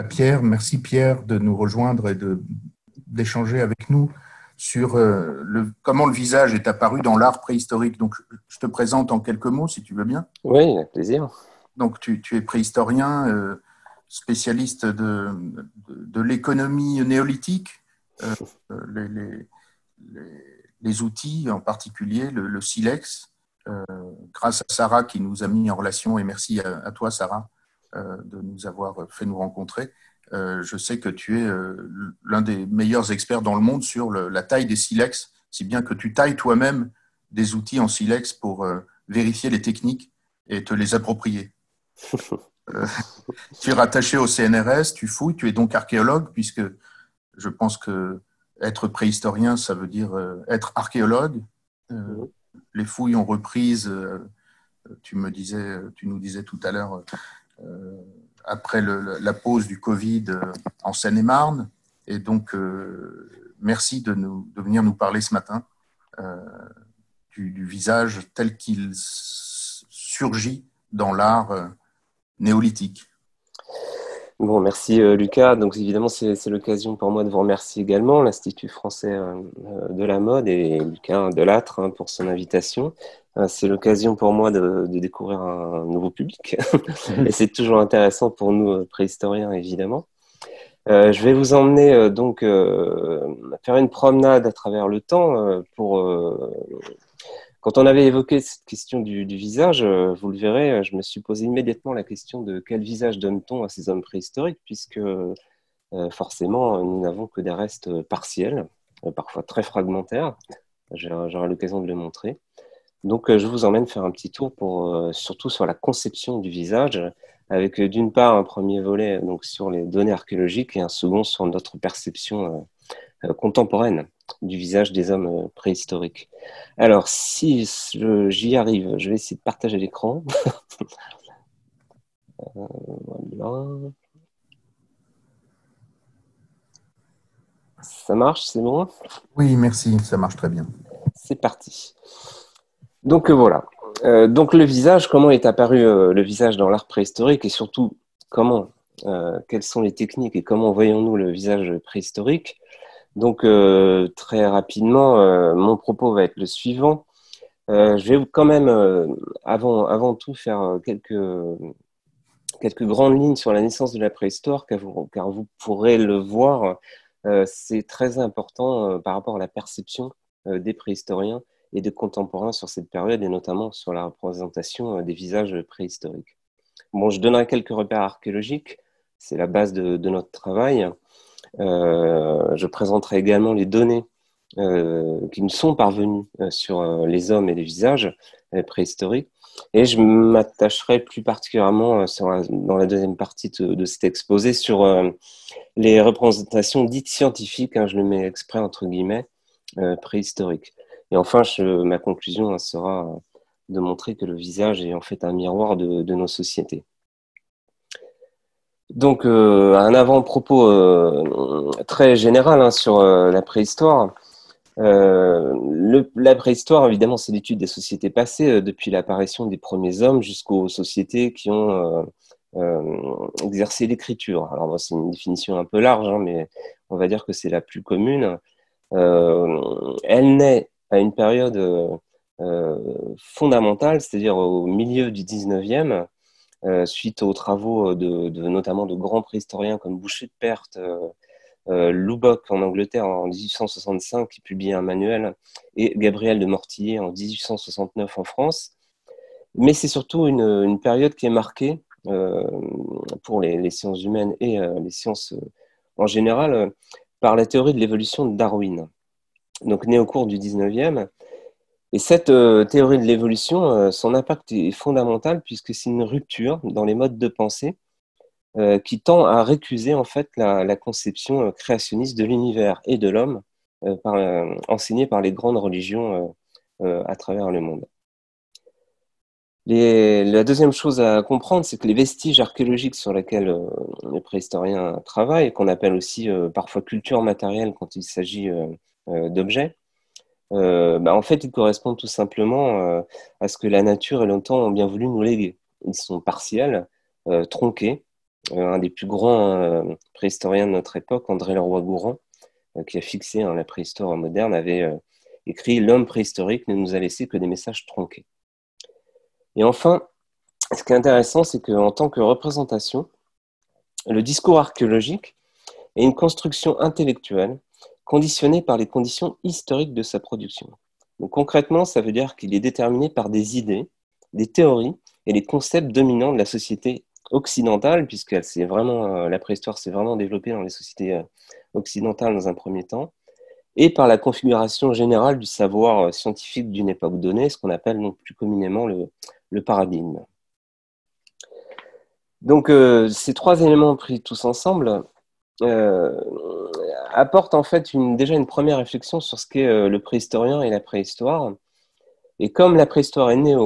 Pierre. Merci Pierre de nous rejoindre et d'échanger avec nous sur comment le visage est apparu dans l'art préhistorique. Donc, je te présente en quelques mots, si tu veux bien. Oui, avec plaisir. Donc, tu es préhistorien, spécialiste de l'économie néolithique, euh, les, les- les outils, en particulier le silex, euh, grâce à Sarah qui nous a mis en relation, et merci à toi, Sarah, de nous avoir fait nous rencontrer. Je sais que tu es l'un des meilleurs experts dans le monde sur la taille des silex, si bien que tu tailles toi-même des outils en silex pour vérifier les techniques et te les approprier. Euh, Tu es rattaché au CNRS, tu fouilles, tu es donc archéologue, puisque je pense que être préhistorien, ça veut dire être archéologue. Euh, Mhm. les fouilles ont reprise, tu nous disais tout à l'heure, euh, après la pause du Covid en Seine-et-Marne. Et donc, merci de venir nous parler ce matin euh, du visage tel qu'il surgit dans l'art néolithique. Bon, merci Lucas. Donc évidemment, c'est l'occasion pour moi de vous remercier également, l'Institut français de la mode et Lucas Delattre pour son invitation. C'est l'occasion pour moi de découvrir un nouveau public et c'est toujours intéressant pour nous préhistoriens, évidemment. Je vais vous emmener faire une promenade à travers le temps quand on avait évoqué cette question du visage, vous le verrez, je me suis posé immédiatement la question de quel visage donne-t-on à ces hommes préhistoriques, puisque forcément, nous n'avons que des restes partiels, parfois très fragmentaires. J'aurai l'occasion de le montrer. Donc, je vous emmène faire un petit tour surtout sur la conception du visage, avec d'une part un premier volet donc, sur les données archéologiques et un second sur notre perception contemporaine du visage des hommes préhistoriques. Alors, si j'y arrive, je vais essayer de partager l'écran. Voilà. Ça marche, c'est bon? Oui, merci, ça marche très bien. C'est parti. Donc voilà. Donc le visage, comment est apparu le visage dans l'art préhistorique et surtout comment, quelles sont les techniques et comment voyons-nous le visage préhistorique? Donc très rapidement, mon propos va être le suivant. Je vais quand même, avant tout, faire quelques grandes lignes sur la naissance de la préhistoire, car vous pourrez le voir, c'est très important par rapport à la perception des préhistoriens et des contemporains sur cette période, et notamment sur la représentation des visages préhistoriques. Bon, je donnerai quelques repères archéologiques, c'est la base de notre travail. Je présenterai également les données qui nous sont parvenues sur les hommes et les visages préhistoriques. Et je m'attacherai plus particulièrement dans la deuxième partie de cet exposé sur les représentations dites scientifiques, hein, je le mets exprès entre guillemets, préhistoriques. Et enfin, ma conclusion sera de montrer que le visage est en fait un miroir de nos sociétés. Donc, un avant-propos très général hein, sur la préhistoire. La préhistoire, évidemment, c'est l'étude des sociétés passées, depuis l'apparition des premiers hommes jusqu'aux sociétés qui ont exercé l'écriture. Alors, bon, c'est une définition un peu large, hein, mais on va dire que c'est la plus commune. Elle naît à une période fondamentale, c'est-à-dire au milieu du 19e, suite aux travaux notamment de grands préhistoriens comme Boucher de Perthes, Lubbock en Angleterre en 1865 qui publie un manuel et Gabriel de Mortillet en 1869 en France. Mais c'est surtout une période qui est marquée pour les sciences humaines et les sciences en général par la théorie de l'évolution de Darwin, donc née au cours du 19e. Et cette théorie de l'évolution, son impact est fondamental puisque c'est une rupture dans les modes de pensée qui tend à récuser en fait la conception créationniste de l'univers et de l'homme enseignée par les grandes religions à travers le monde. La deuxième chose à comprendre, c'est que les vestiges archéologiques sur lesquels les préhistoriens travaillent, qu'on appelle aussi parfois culture matérielle quand il s'agit d'objets, en fait, ils correspondent tout simplement à ce que la nature et le temps ont bien voulu nous léguer. Ils sont partiels, tronqués, un des plus grands préhistoriens de notre époque, André Leroi-Gourhan, qui a fixé la préhistoire moderne, avait écrit « L'homme préhistorique ne nous a laissé que des messages tronqués ». Et enfin, ce qui est intéressant, c'est qu'en tant que représentation, le discours archéologique est une construction intellectuelle conditionnée par les conditions historiques de sa production. Donc concrètement, ça veut dire qu'il est déterminé par des idées, des théories et les concepts dominants de la société occidentale, puisque la préhistoire s'est vraiment développée dans les sociétés occidentales dans un premier temps, et par la configuration générale du savoir scientifique d'une époque donnée, ce qu'on appelle donc plus communément le paradigme. Donc ces trois éléments pris tous ensemble apportent en fait déjà une première réflexion sur ce qu'est le préhistorien et la préhistoire. Et comme la préhistoire est née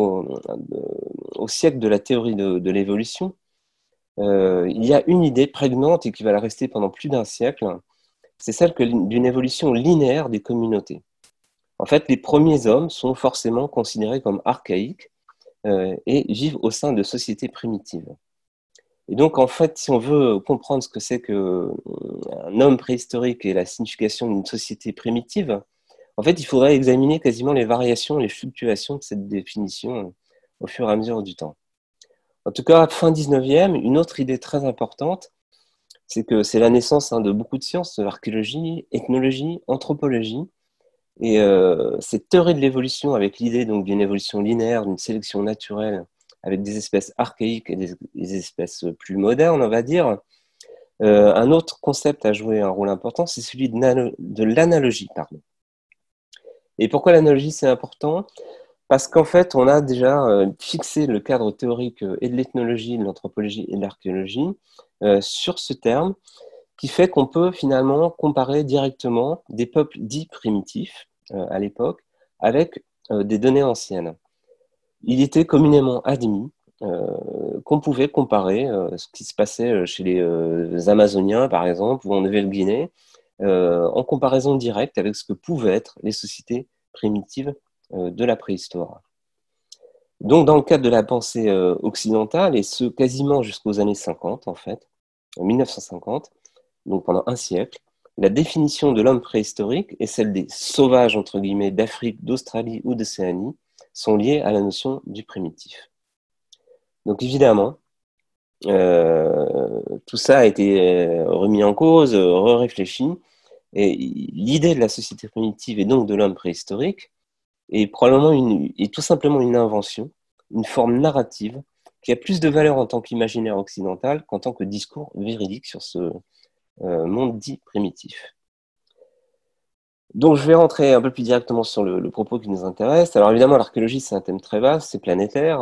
au siècle de la théorie de l'évolution, il y a une idée prégnante et qui va la rester pendant plus d'un siècle, c'est celle d'une évolution linéaire des communautés. En fait, les premiers hommes sont forcément considérés comme archaïques et vivent au sein de sociétés primitives. Et donc, en fait, si on veut comprendre ce que c'est qu'un homme préhistorique et la signification d'une société primitive, en fait, il faudrait examiner quasiment les variations, les fluctuations de cette définition au fur et à mesure du temps. En tout cas, fin 19e, une autre idée très importante, c'est que c'est la naissance de beaucoup de sciences, archéologie, ethnologie, anthropologie. Et cette théorie de l'évolution avec l'idée donc d'une évolution linéaire, d'une sélection naturelle avec des espèces archaïques et des espèces plus modernes, on va dire. Un autre concept a joué un rôle important, c'est celui de l'analogie. Et pourquoi l'analogie, c'est important? Parce qu'en fait, on a déjà fixé le cadre théorique et de l'ethnologie, de l'anthropologie et de l'archéologie sur ce terme, qui fait qu'on peut finalement comparer directement des peuples dits primitifs à l'époque avec des données anciennes. Il était communément admis qu'on pouvait comparer ce qui se passait chez les Amazoniens, par exemple, ou en Nouvelle-Guinée, en comparaison directe avec ce que pouvaient être les sociétés primitives de la préhistoire. Donc, dans le cadre de la pensée occidentale, et ce quasiment jusqu'aux années 50, en fait, en 1950, donc pendant un siècle, la définition de l'homme préhistorique et celle des sauvages, entre guillemets, d'Afrique, d'Australie ou d'Océanie sont liées à la notion du primitif. Donc évidemment, tout ça a été remis en cause, réfléchi, et l'idée de la société primitive et donc de l'homme préhistorique est probablement tout simplement une invention, une forme narrative qui a plus de valeur en tant qu'imaginaire occidental qu'en tant que discours véridique sur ce monde dit primitif. Donc, je vais rentrer un peu plus directement sur le propos qui nous intéresse. Alors, évidemment, l'archéologie, c'est un thème très vaste, c'est planétaire,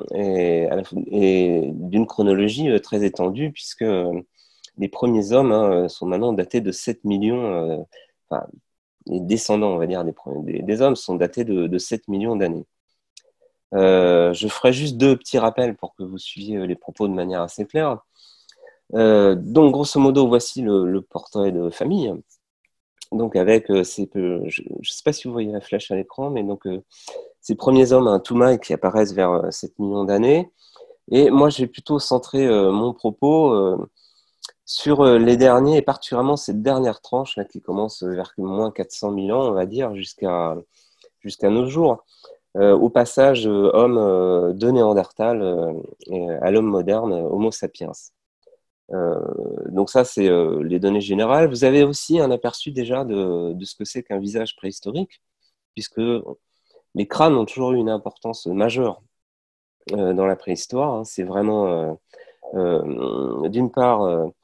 et d'une chronologie très étendue, puisque les premiers hommes sont maintenant datés de 7 millions, enfin, les descendants, on va dire, des hommes sont datés de 7 millions d'années. Je ferai juste deux petits rappels pour que vous suiviez les propos de manière assez claire. Donc, grosso modo, voici le portrait de famille. Donc avec je ne sais pas si vous voyez la flèche à l'écran, mais donc ces premiers hommes, un Toumaï, qui apparaissent vers 7 millions d'années. Et moi, je vais plutôt centrer mon propos sur les derniers, et particulièrement cette dernière tranche là, qui commence vers moins 400 000 ans, on va dire, jusqu'à nos jours. Au passage, homme de Néandertal à l'homme moderne, Homo sapiens. Donc ça, c'est les données générales. Vous avez aussi un aperçu déjà de ce que c'est qu'un visage préhistorique, puisque les crânes ont toujours eu une importance majeure dans la préhistoire. C'est vraiment, d'une part,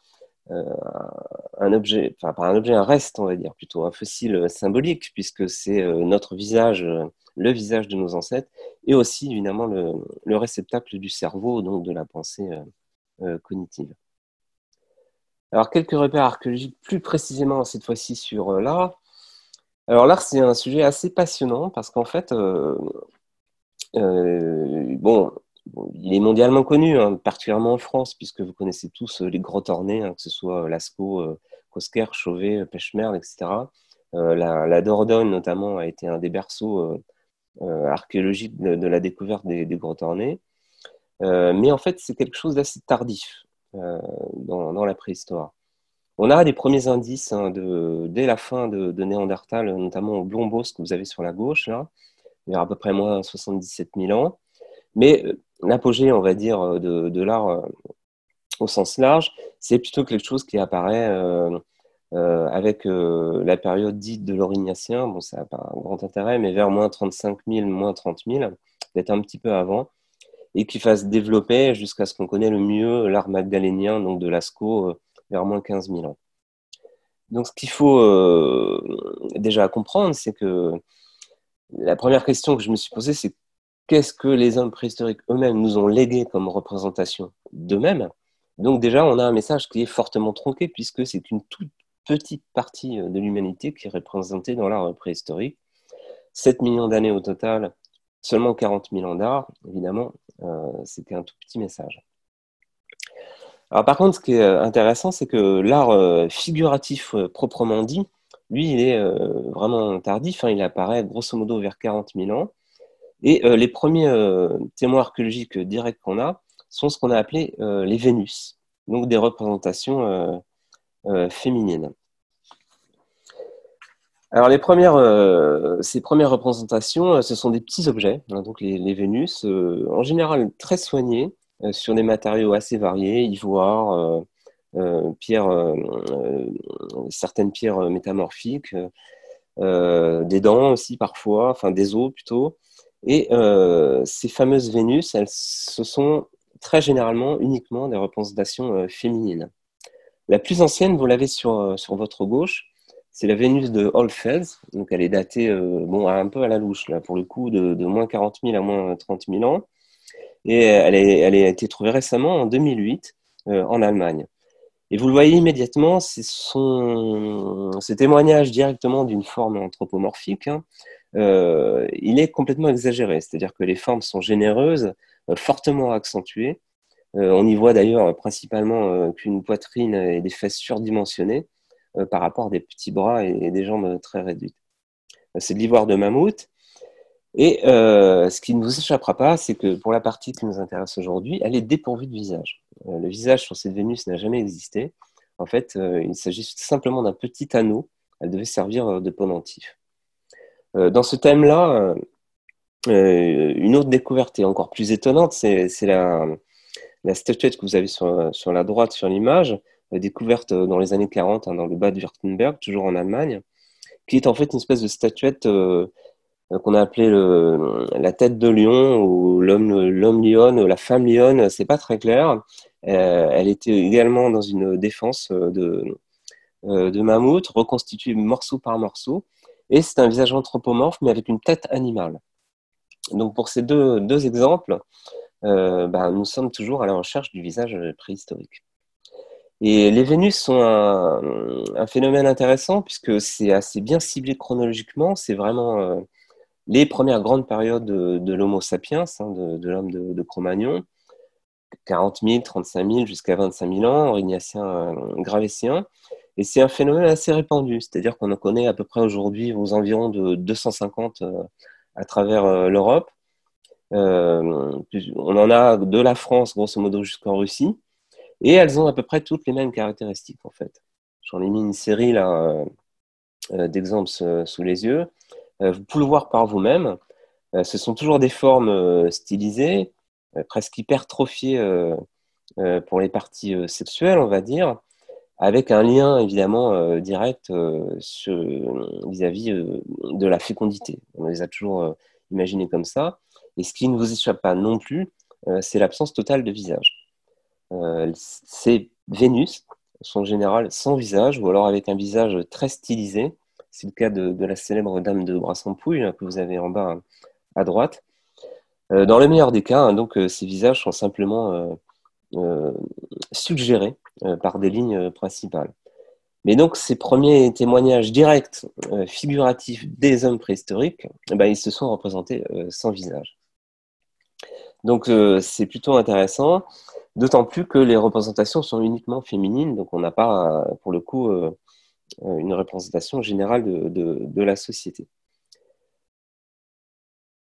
un objet, enfin pas un objet, un reste, on va dire, plutôt un fossile symbolique, puisque c'est notre visage, le visage de nos ancêtres, et aussi évidemment le réceptacle du cerveau, donc de la pensée cognitive. Alors, quelques repères archéologiques plus précisément cette fois-ci sur l'art. Alors, l'art, c'est un sujet assez passionnant parce qu'en fait, bon, il est mondialement connu, particulièrement en France, puisque vous connaissez tous les grottes ornées, que ce soit Lascaux, Cosquer, Chauvet, Pechmerle, etc. La Dordogne, notamment, a été un des berceaux archéologiques de la découverte des grottes ornées. Mais en fait, c'est quelque chose d'assez tardif. dans la préhistoire. On a des premiers indices dès la fin de Néandertal, notamment au Blombos que vous avez sur la gauche, là, il y a à peu près moins 77 000 ans. Mais l'apogée, on va dire, de l'art au sens large, c'est plutôt quelque chose qui apparaît avec la période dite de l'Aurignacien. Bon, ça n'a pas un grand intérêt, mais vers moins 35 000, moins 30 000, peut-être un petit peu avant, et qui va se développer jusqu'à ce qu'on connaît le mieux l'art magdalénien, donc de Lascaux, vers moins 15 000 ans. Donc, ce qu'il faut déjà comprendre, c'est que la première question que je me suis posée, c'est qu'est-ce que les hommes préhistoriques eux-mêmes nous ont légué comme représentation d'eux-mêmes? Donc déjà, on a un message qui est fortement tronqué, puisque c'est une toute petite partie de l'humanité qui est représentée dans l'art préhistorique. 7 millions d'années au total, seulement 40 000 ans d'art, évidemment, c'était un tout petit message. Alors par contre, ce qui est intéressant, c'est que l'art figuratif proprement dit, lui, il est vraiment tardif, il apparaît grosso modo vers 40 000 ans. Et les premiers témoins archéologiques directs qu'on a sont ce qu'on a appelé les Vénus, donc des représentations féminines. Alors ces premières représentations, ce sont des petits objets, donc les Vénus, en général très soignés, sur des matériaux assez variés, ivoire, certaines pierres métamorphiques, des dents aussi parfois, enfin des os plutôt. Et ces fameuses Vénus, ce sont très généralement uniquement des représentations féminines. La plus ancienne, vous l'avez sur votre gauche, c'est la Vénus de Hohlfels. Donc elle est datée un peu à la louche, là, pour le coup, de moins 40 000 à moins 30 000 ans. Et elle a été trouvée récemment, en 2008, en Allemagne. Et vous le voyez immédiatement, c'est témoignage directement d'une forme anthropomorphique. Il est complètement exagéré, c'est-à-dire que les formes sont généreuses, fortement accentuées. On y voit d'ailleurs principalement qu'une poitrine et des fesses surdimensionnées par rapport à des petits bras et des jambes très réduites. C'est de l'ivoire de mammouth. Et ce qui ne vous échappera pas, c'est que pour la partie qui nous intéresse aujourd'hui, elle est dépourvue de visage. Le visage sur cette Vénus n'a jamais existé. En fait, il s'agit simplement d'un petit anneau. Elle devait servir de pendentif. Dans ce thème-là, une autre découverte est encore plus étonnante, c'est la statuette que vous avez sur la droite sur l'image, découverte dans les années 40 dans le Bade-Württemberg, toujours en Allemagne, qui est en fait une espèce de statuette qu'on a appelée la tête de lion ou l'homme lion, la femme lionne, c'est pas très clair. Elle était également dans une défense de mammouth, reconstituée morceau par morceau, et c'est un visage anthropomorphe mais avec une tête animale. Donc pour ces deux exemples, nous sommes toujours à la recherche du visage préhistorique. Et les Vénus sont un phénomène intéressant puisque c'est assez bien ciblé chronologiquement. C'est vraiment les premières grandes périodes de l'Homo sapiens, de l'homme de Cro-Magnon, 40 000, 35 000 jusqu'à 25 000 ans, aurignacien, gravétien. Et c'est un phénomène assez répandu, c'est-à-dire qu'on en connaît à peu près aujourd'hui aux environs de 250 à travers l'Europe. On en a de la France, grosso modo, jusqu'en Russie. Et elles ont à peu près toutes les mêmes caractéristiques, en fait. J'en ai mis une série là, d'exemples sous les yeux. Vous pouvez le voir par vous-même. Ce sont toujours des formes stylisées, presque hypertrophiées pour les parties sexuelles, on va dire, avec un lien évidemment direct vis-à-vis de la fécondité. On les a toujours imaginés comme ça. Et ce qui ne vous échappe pas non plus, c'est l'absence totale de visage. Ces Vénus sont en général sans visage ou alors avec un visage très stylisé. C'est le cas de la célèbre dame de Brassampouille que vous avez en bas à droite. Dans le meilleur des cas, donc, ces visages sont simplement suggérés par des lignes principales. Mais donc, ces premiers témoignages directs, figuratifs des hommes préhistoriques, ils se sont représentés sans visage. Donc, c'est plutôt intéressant, d'autant plus que les représentations sont uniquement féminines, donc on n'a pas, pour le coup, une représentation générale de la société.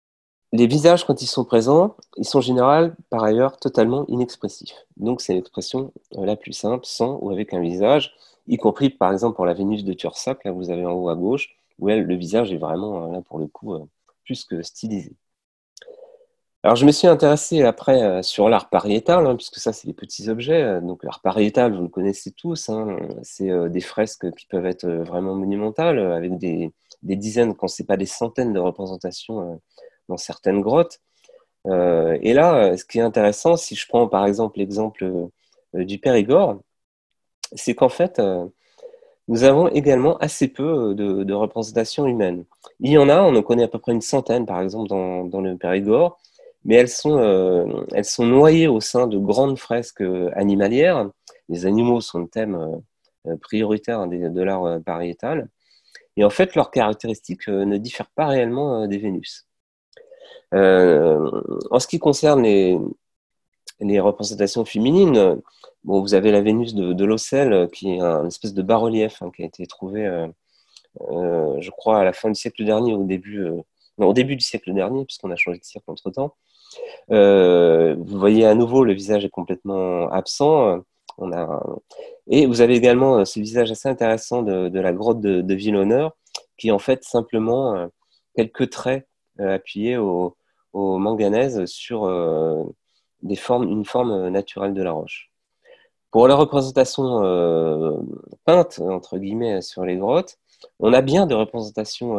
Les visages, quand ils sont présents, ils sont en général, par ailleurs, totalement inexpressifs. Donc, c'est l'expression la plus simple, sans ou avec un visage, y compris, par exemple, pour la Vénus de Tursac, là, vous avez en haut à gauche, où elle, le visage est vraiment, là, pour le coup, plus que stylisé. Alors, je me suis intéressé après sur l'art pariétal, hein, puisque ça, c'est des petits objets. Donc, l'art pariétal, vous le connaissez tous, hein, c'est des fresques qui peuvent être vraiment monumentales, avec des dizaines, quand ce n'est pas des centaines de représentations dans certaines grottes. Et là, ce qui est intéressant, si je prends par exemple l'exemple du Périgord, c'est qu'en fait, nous avons également assez peu de représentations humaines. Il y en a, on en connaît à peu près une centaine, par exemple, dans le Périgord, mais elles sont noyées au sein de grandes fresques animalières. Les animaux sont le thème prioritaire de l'art pariétal. Et en fait, leurs caractéristiques ne diffèrent pas réellement des Vénus. Euh, En ce qui concerne les représentations féminines, bon, vous avez la Vénus de Lausel, qui est un espèce de bas-relief qui a été trouvé, je crois, à la fin du siècle dernier, non, au début du siècle dernier, puisqu'on a changé de siècle entre-temps. Vous voyez à nouveau, le visage est complètement absent. On a... Et vous avez également ce visage assez intéressant de la grotte de Vilhonneur, qui est en fait simplement quelques traits appuyés au manganèse sur une forme naturelle de la roche. Pour la représentation peinte, entre guillemets, sur les grottes, on a bien des représentations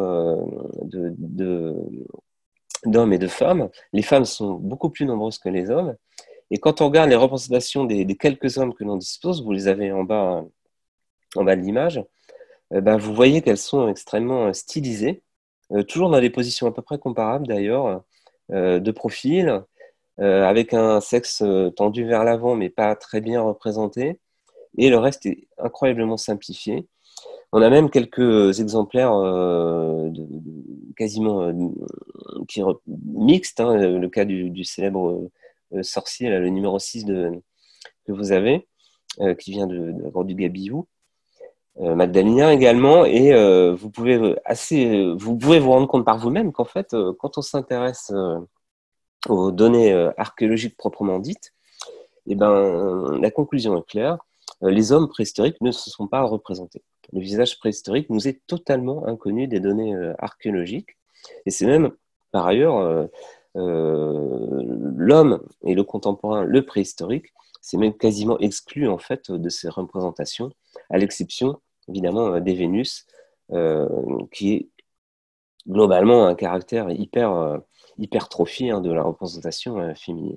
d'hommes et de femmes. Les femmes sont beaucoup plus nombreuses que les hommes. Et quand on regarde les représentations des quelques hommes que l'on dispose, vous les avez en bas de l'image, ben, vous voyez qu'elles sont extrêmement stylisées, toujours dans des positions à peu près comparables d'ailleurs, de profil, avec un sexe tendu vers l'avant, mais pas très bien représenté. Et le reste est incroyablement simplifié. On a même quelques exemplaires quasiment mixtes, hein, le cas du célèbre sorcier, là, le numéro 6 que vous avez, qui vient de la grotte du Gabillou. Magdalénien également, et vous pouvez vous rendre compte par vous-même qu'en fait, quand on s'intéresse aux données archéologiques proprement dites, eh ben, la conclusion est claire, les hommes préhistoriques ne se sont pas représentés. Le visage préhistorique nous est totalement inconnu des données archéologiques, et c'est même, par ailleurs, l'homme et le contemporain, le préhistorique, c'est même quasiment exclu en fait de ces représentations, à l'exception évidemment des Vénus, qui est globalement un caractère hypertrophié de la représentation féminine.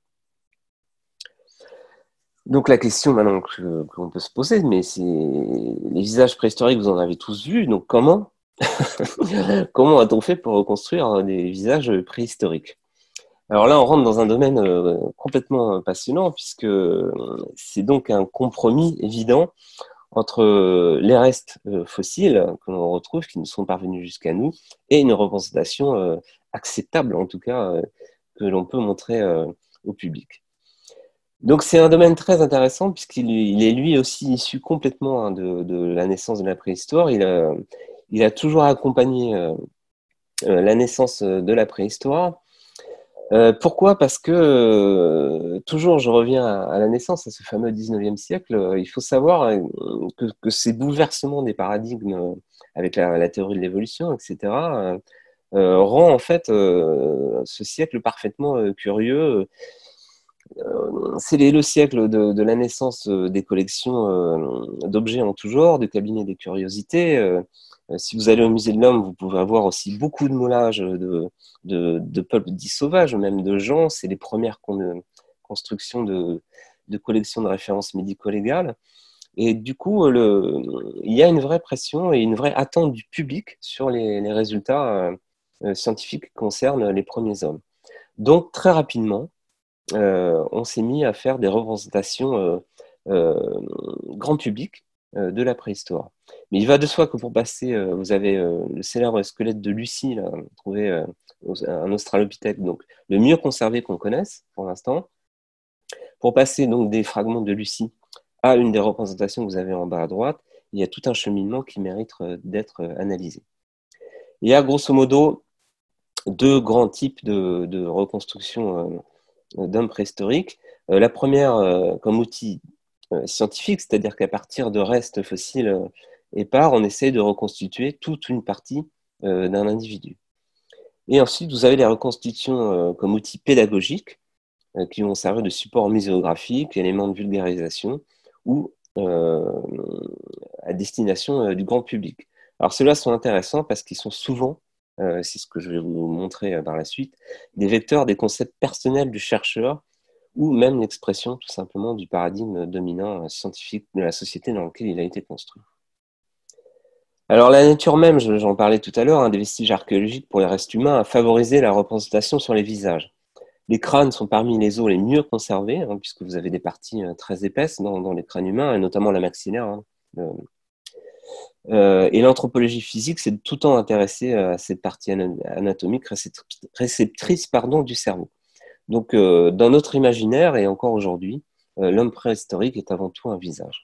Donc la question maintenant qu'on peut se poser, mais c'est les visages préhistoriques, vous en avez tous vu, donc comment a-t-on fait pour reconstruire des visages préhistoriques? Alors là, on rentre dans un domaine complètement passionnant, puisque c'est donc un compromis évident entre les restes fossiles que l'on retrouve, qui nous sont parvenus jusqu'à nous, et une représentation acceptable, en tout cas, que l'on peut montrer au public. Donc c'est un domaine très intéressant, puisqu'il est lui aussi issu complètement de la naissance de la préhistoire. Il a toujours accompagné la naissance de la préhistoire. Pourquoi? Parce que, toujours, je reviens à la naissance, à ce fameux 19e siècle, il faut savoir que ces bouleversements des paradigmes avec la théorie de l'évolution, etc., rend en fait ce siècle parfaitement curieux. C'est le siècle de la naissance des collections d'objets en tout genre, de cabinets des curiosités. Si vous allez au musée de l'Homme, vous pouvez avoir aussi beaucoup de moulages de peuples dits sauvages, même de gens. C'est les premières constructions de collections de références médico-légales. Et du coup, il y a une vraie pression et une vraie attente du public sur les résultats scientifiques qui concernent les premiers hommes. Donc, très rapidement, on s'est mis à faire des représentations grand public de la préhistoire. Mais il va de soi que pour passer, vous avez le célèbre squelette de Lucie, là, trouvé un australopithèque, donc le mieux conservé qu'on connaisse pour l'instant. Pour passer donc des fragments de Lucie à une des représentations que vous avez en bas à droite, il y a tout un cheminement qui mérite d'être analysé. Il y a grosso modo deux grands types de reconstruction d'hommes préhistoriques. La première comme outil scientifique, c'est-à-dire qu'à partir de restes fossiles épars, on essaie de reconstituer toute une partie d'un individu. Et ensuite, vous avez les reconstitutions comme outil pédagogique, qui vont servir de support muséographique, éléments de vulgarisation, ou à destination du grand public. Alors ceux-là sont intéressants parce qu'ils sont souvent, c'est ce que je vais vous montrer par la suite, des vecteurs des concepts personnels du chercheur, ou même l'expression tout simplement du paradigme dominant scientifique de la société dans laquelle il a été construit. Alors la nature même, j'en parlais tout à l'heure, des vestiges archéologiques pour les restes humains a favorisé la représentation sur les visages. Les crânes sont parmi les os les mieux conservés, puisque vous avez des parties très épaisses dans les crânes humains, et notamment la maxillaire. Et l'anthropologie physique s'est tout le temps intéressée à cette partie anatomique réceptrice du cerveau. Donc, dans notre imaginaire, et encore aujourd'hui, l'homme préhistorique est avant tout un visage.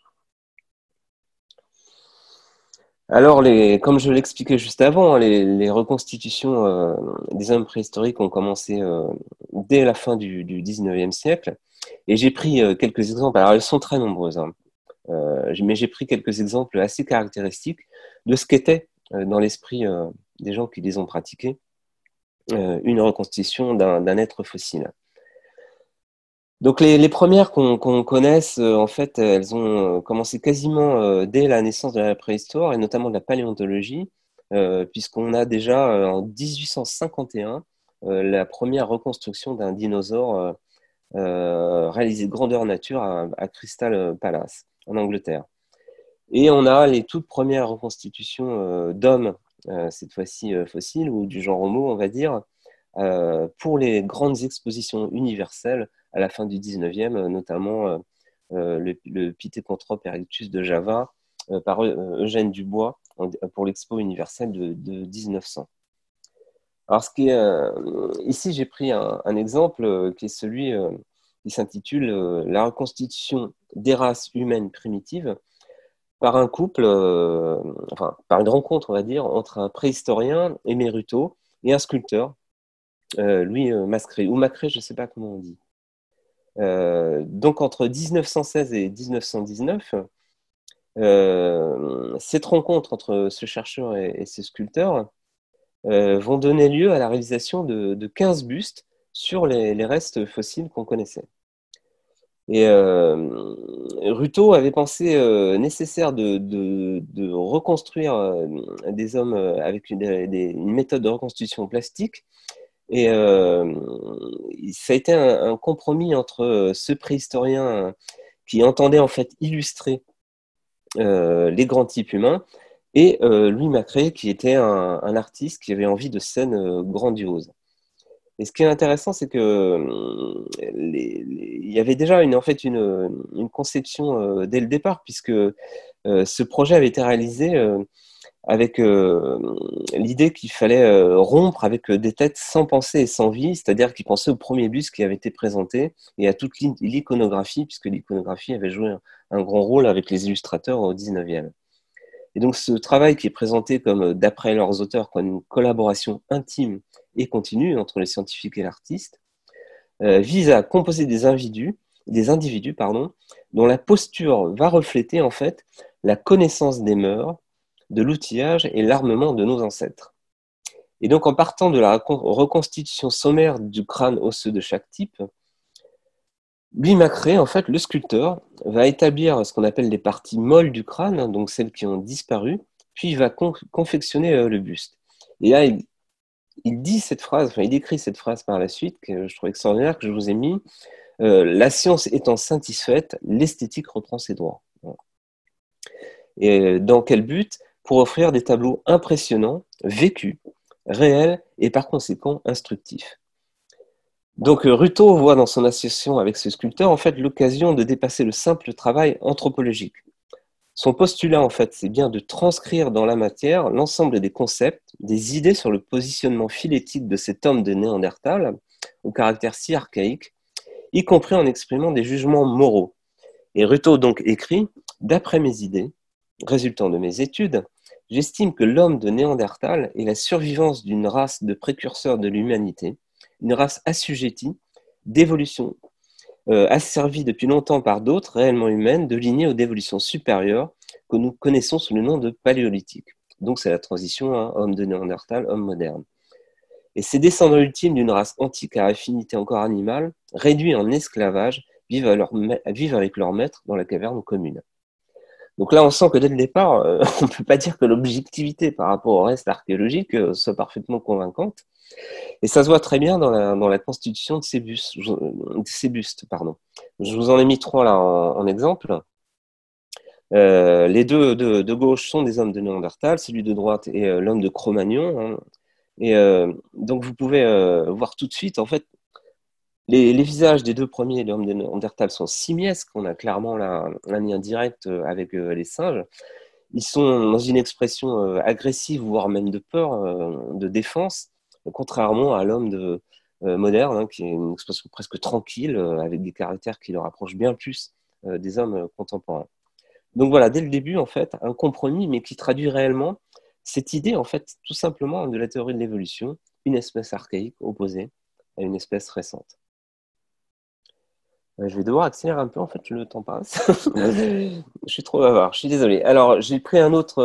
Alors, comme je l'expliquais juste avant, les reconstitutions des hommes préhistoriques ont commencé dès la fin du 19e siècle. Et j'ai pris quelques exemples. Alors, elles sont très nombreuses, mais j'ai pris quelques exemples assez caractéristiques de ce qu'était dans l'esprit des gens qui les ont pratiqués une reconstitution d'un être fossile. Donc les premières qu'on connaisse, en fait, elles ont commencé quasiment dès la naissance de la préhistoire, et notamment de la paléontologie, puisqu'on a déjà en 1851 la première reconstruction d'un dinosaure réalisée grandeur nature à Crystal Palace, en Angleterre. Et on a les toutes premières reconstitutions d'hommes, cette fois-ci fossiles, ou du genre Homo, on va dire, pour les grandes expositions universelles à la fin du 19e, notamment le Pithecanthrope erectus de Java par Eugène Dubois pour l'expo universelle de 1900. Alors, ici, j'ai pris un exemple qui est celui qui s'intitule La reconstitution des races humaines primitives par un couple, par une rencontre, on va dire, entre un préhistorien, Aimé Rutot, et un sculpteur, Louis Mascret, ou Macré, je ne sais pas comment on dit. Donc entre 1916 et 1919, cette rencontre entre ce chercheur et ce sculpteur vont donner lieu à la réalisation de 15 bustes sur les restes fossiles qu'on connaissait. Et Rutot avait pensé nécessaire de reconstruire des hommes avec une méthode de reconstitution plastique. Et ça a été un compromis entre ce préhistorien qui entendait en fait illustrer les grands types humains et Louis Macré qui était un artiste qui avait envie de scènes grandioses. Et ce qui est intéressant, c'est que il y avait déjà en fait une conception dès le départ, puisque ce projet avait été réalisé avec l'idée qu'il fallait rompre avec des têtes sans pensée et sans vie, c'est-à-dire qu'il pensait au premier buste qui avait été présenté et à toute l'iconographie, puisque l'iconographie avait joué un grand rôle avec les illustrateurs au 19e. Et donc ce travail qui est présenté comme, d'après leurs auteurs, comme une collaboration intime et continue entre les scientifiques et l'artiste, vise à composer des individus dont la posture va refléter en fait la connaissance des mœurs, de l'outillage et l'armement de nos ancêtres. Et donc en partant de la reconstitution sommaire du crâne osseux de chaque type, Louis Macré, en fait, le sculpteur, va établir ce qu'on appelle les parties molles du crâne, donc celles qui ont disparu, puis il va confectionner le buste. Et là, il décrit cette phrase par la suite, que je trouve extraordinaire, que je vous ai mis. La science étant satisfaite, l'esthétique reprend ses droits. Et dans quel but? Pour offrir des tableaux impressionnants, vécus, réels et par conséquent instructifs. Donc Rutot voit dans son association avec ce sculpteur en fait l'occasion de dépasser le simple travail anthropologique. Son postulat en fait, c'est bien de transcrire dans la matière l'ensemble des concepts, des idées sur le positionnement phylétique de cet homme de Néandertal, au caractère si archaïque, y compris en exprimant des jugements moraux. Et Rutot donc écrit: d'après mes idées, résultant de mes études, j'estime que l'homme de Néandertal est la survivance d'une race de précurseurs de l'humanité, une race assujettie d'évolution, asservie depuis longtemps par d'autres réellement humaines de lignées ou d'évolution supérieure que nous connaissons sous le nom de paléolithique. Donc c'est la transition, hein, homme de Néandertal, homme moderne. Et ces descendants ultimes d'une race antique à affinité encore animale, réduits en esclavage, vivent avec leur maître dans la caverne commune. Donc là, on sent que dès le départ, on ne peut pas dire que l'objectivité par rapport au reste archéologique soit parfaitement convaincante. Et ça se voit très bien dans la constitution de ces bustes. Pardon. Je vous en ai mis 3 là en exemple. Les deux de gauche sont des hommes de Néandertal, celui de droite est l'homme de Cro-Magnon. Hein. Et donc vous pouvez voir tout de suite, en fait, les visages des 2 premiers, les hommes de Néandertal, sont simiesques. On a clairement là un lien direct avec les singes. Ils sont dans une expression agressive, voire même de peur, de défense, contrairement à l'homme moderne, hein, qui est une expression presque tranquille, avec des caractères qui le rapprochent bien plus des hommes contemporains. Donc voilà, dès le début, en fait, un compromis, mais qui traduit réellement cette idée, en fait, tout simplement de la théorie de l'évolution, une espèce archaïque opposée à une espèce récente. Je vais devoir accélérer un peu, en fait, le temps passe. Je suis trop bavard, je suis désolé. Alors, j'ai pris un autre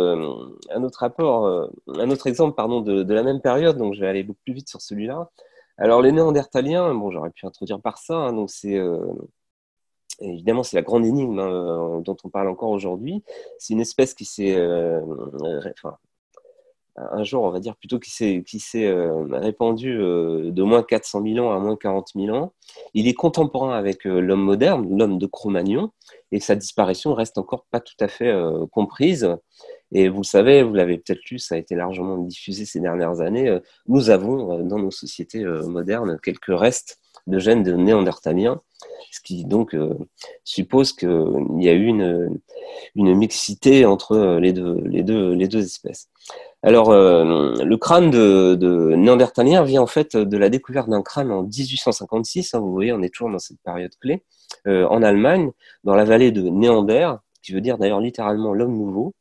rapport, un autre exemple, pardon, de la même période, donc je vais aller beaucoup plus vite sur celui-là. Alors, les Néandertaliens, bon, j'aurais pu introduire par ça, hein, donc évidemment, c'est la grande énigme, hein, dont on parle encore aujourd'hui. C'est une espèce qui s'est, enfin, un genre, on va dire plutôt, qui s'est répandu de moins 400 000 ans à moins 40 000 ans. Il est contemporain avec l'homme moderne, l'homme de Cro-Magnon, et sa disparition reste encore pas tout à fait comprise. Et vous le savez, vous l'avez peut-être lu, ça a été largement diffusé ces dernières années, nous avons dans nos sociétés modernes quelques restes de gènes de néandertaliens, ce qui donc suppose qu'il y a eu une mixité entre les deux espèces. Alors, le crâne de Néandertalien vient en fait de la découverte d'un crâne en 1856. Hein, vous voyez, on est toujours dans cette période clé, en Allemagne, dans la vallée de Néander, qui veut dire d'ailleurs littéralement l'homme nouveau.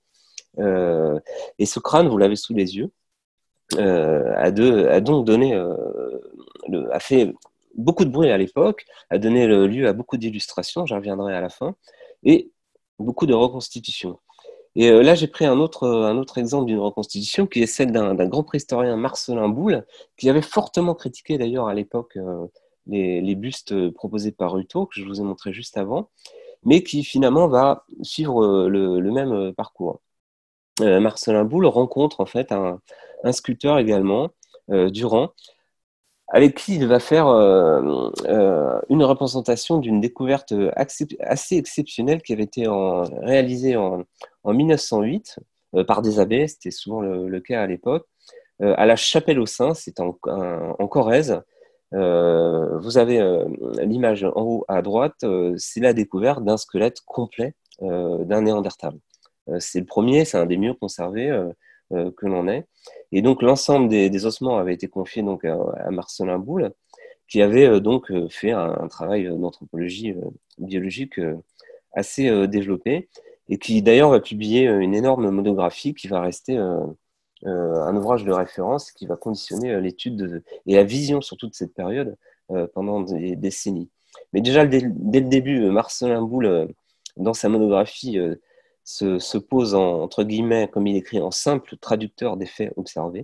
Et ce crâne, vous l'avez sous les yeux, a donc donné, a fait beaucoup de bruit à l'époque, a donné lieu à beaucoup d'illustrations, j'y reviendrai à la fin, et beaucoup de reconstitutions. Et là, j'ai pris un autre exemple d'une reconstitution qui est celle d'un grand préhistorien, Marcelin Boule, qui avait fortement critiqué d'ailleurs à l'époque les bustes proposés par Ruto, que je vous ai montré juste avant, mais qui finalement va suivre le même parcours. Marcelin Boule rencontre en fait un sculpteur également, Durand, avec qui il va faire une représentation d'une découverte assez exceptionnelle qui avait été réalisée en 1908 par des abbés, c'était souvent le cas à l'époque, à la Chapelle-aux-Saints, c'est en Corrèze. Vous avez l'image en haut à droite, c'est la découverte d'un squelette complet d'un Néandertal. C'est le premier, c'est un des mieux conservés que l'on ait. Et donc l'ensemble des ossements avait été confié donc à Marcelin Boule, qui avait donc fait un travail d'anthropologie biologique assez développé, et qui d'ailleurs va publier une énorme monographie qui va rester un ouvrage de référence qui va conditionner l'étude et la vision surtout de cette période pendant des décennies. Mais déjà dès le début, Marcelin Boule, dans sa monographie, se pose entre guillemets, comme il écrit, en simple traducteur des faits observés.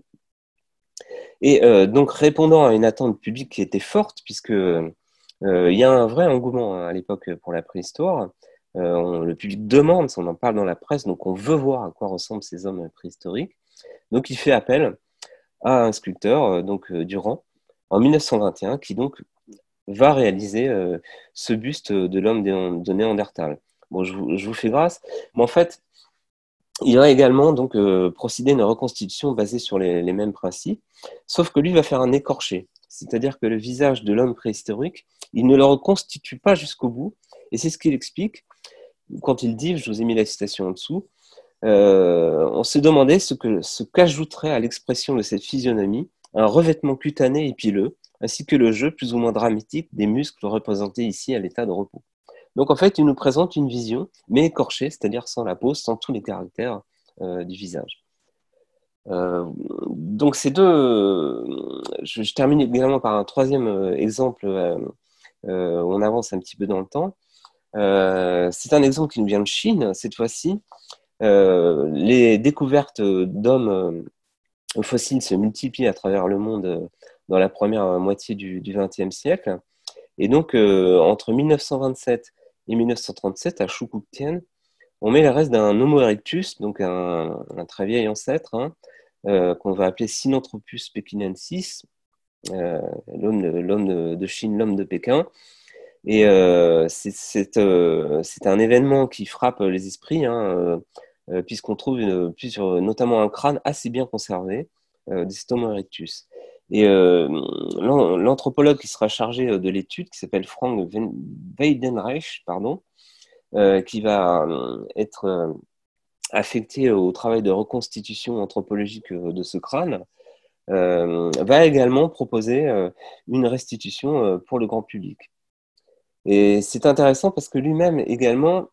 Et donc répondant à une attente publique qui était forte, puisque il y a un vrai engouement à l'époque pour la préhistoire. Le public demande, on en parle dans la presse, donc on veut voir à quoi ressemblent ces hommes préhistoriques. Donc il fait appel à un sculpteur, Durand, en 1921, qui donc va réaliser ce buste de l'homme de Néandertal. Bon, je vous fais grâce, mais en fait, il va également donc procéder à une reconstitution basée sur les mêmes principes, sauf que lui va faire un écorché, c'est-à-dire que le visage de l'homme préhistorique, il ne le reconstitue pas jusqu'au bout, et c'est ce qu'il explique quand il dit, je vous ai mis la citation en dessous, on se demandait ce qu'ajouterait à l'expression de cette physionomie un revêtement cutané et pileux, ainsi que le jeu plus ou moins dramatique des muscles représentés ici à l'état de repos. Donc en fait, il nous présente une vision, mais écorchée, c'est-à-dire sans la pose, sans tous les caractères du visage. Donc ces deux, je termine également par un troisième exemple où on avance un petit peu dans le temps. C'est un exemple qui nous vient de Chine, cette fois-ci. Les découvertes d'hommes fossiles se multiplient à travers le monde dans la première moitié du XXe siècle. Et donc, entre 1927 et 1937, à Shukuktien, on met les restes d'un Homo erectus, donc un très vieil ancêtre, hein, qu'on va appeler Sinanthropus pekinensis, l'homme de Chine, l'homme de Pékin. Et c'est un événement qui frappe les esprits, hein, puisqu'on trouve notamment un crâne assez bien conservé de cet Homo erectus. Et l'anthropologue qui sera chargé de l'étude, qui s'appelle Frank Weidenreich, pardon, qui va être affecté au travail de reconstitution anthropologique de ce crâne, va également proposer une restitution pour le grand public. Et c'est intéressant parce que lui-même également,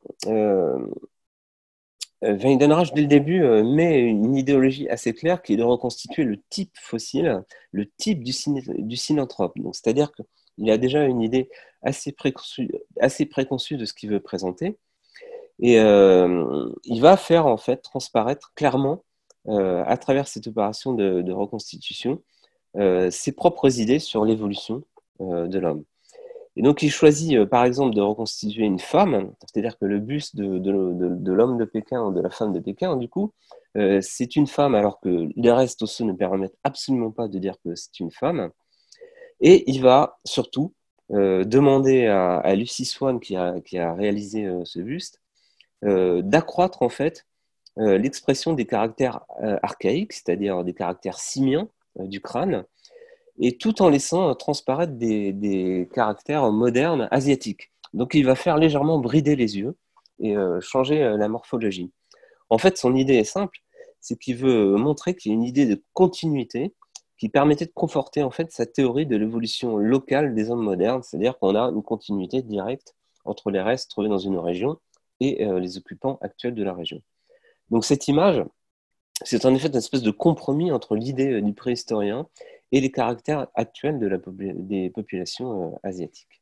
Weidenreich, dès le début, met une idéologie assez claire qui est de reconstituer le type fossile, le type du synanthrope. Donc, c'est-à-dire qu'il a déjà une idée assez préconçue de ce qu'il veut présenter. Et il va faire en fait transparaître clairement, à travers cette opération de reconstitution, ses propres idées sur l'évolution de l'homme. Et donc, il choisit, par exemple, de reconstituer une femme, c'est-à-dire que le buste de l'homme de Pékin ou de la femme de Pékin, du coup, c'est une femme, alors que les restes osseux ne permettent absolument pas de dire que c'est une femme. Et il va surtout demander à Lucy Swan, qui a réalisé ce buste, d'accroître en fait l'expression des caractères archaïques, c'est-à-dire des caractères simiens du crâne, et tout en laissant transparaître des caractères modernes asiatiques. Donc il va faire légèrement brider les yeux et changer la morphologie. En fait, son idée est simple, c'est qu'il veut montrer qu'il y a une idée de continuité qui permettait de conforter en fait sa théorie de l'évolution locale des hommes modernes, c'est-à-dire qu'on a une continuité directe entre les restes trouvés dans une région et les occupants actuels de la région. Donc cette image, c'est en effet une espèce de compromis entre l'idée du préhistorien et les caractères actuels des populations asiatiques.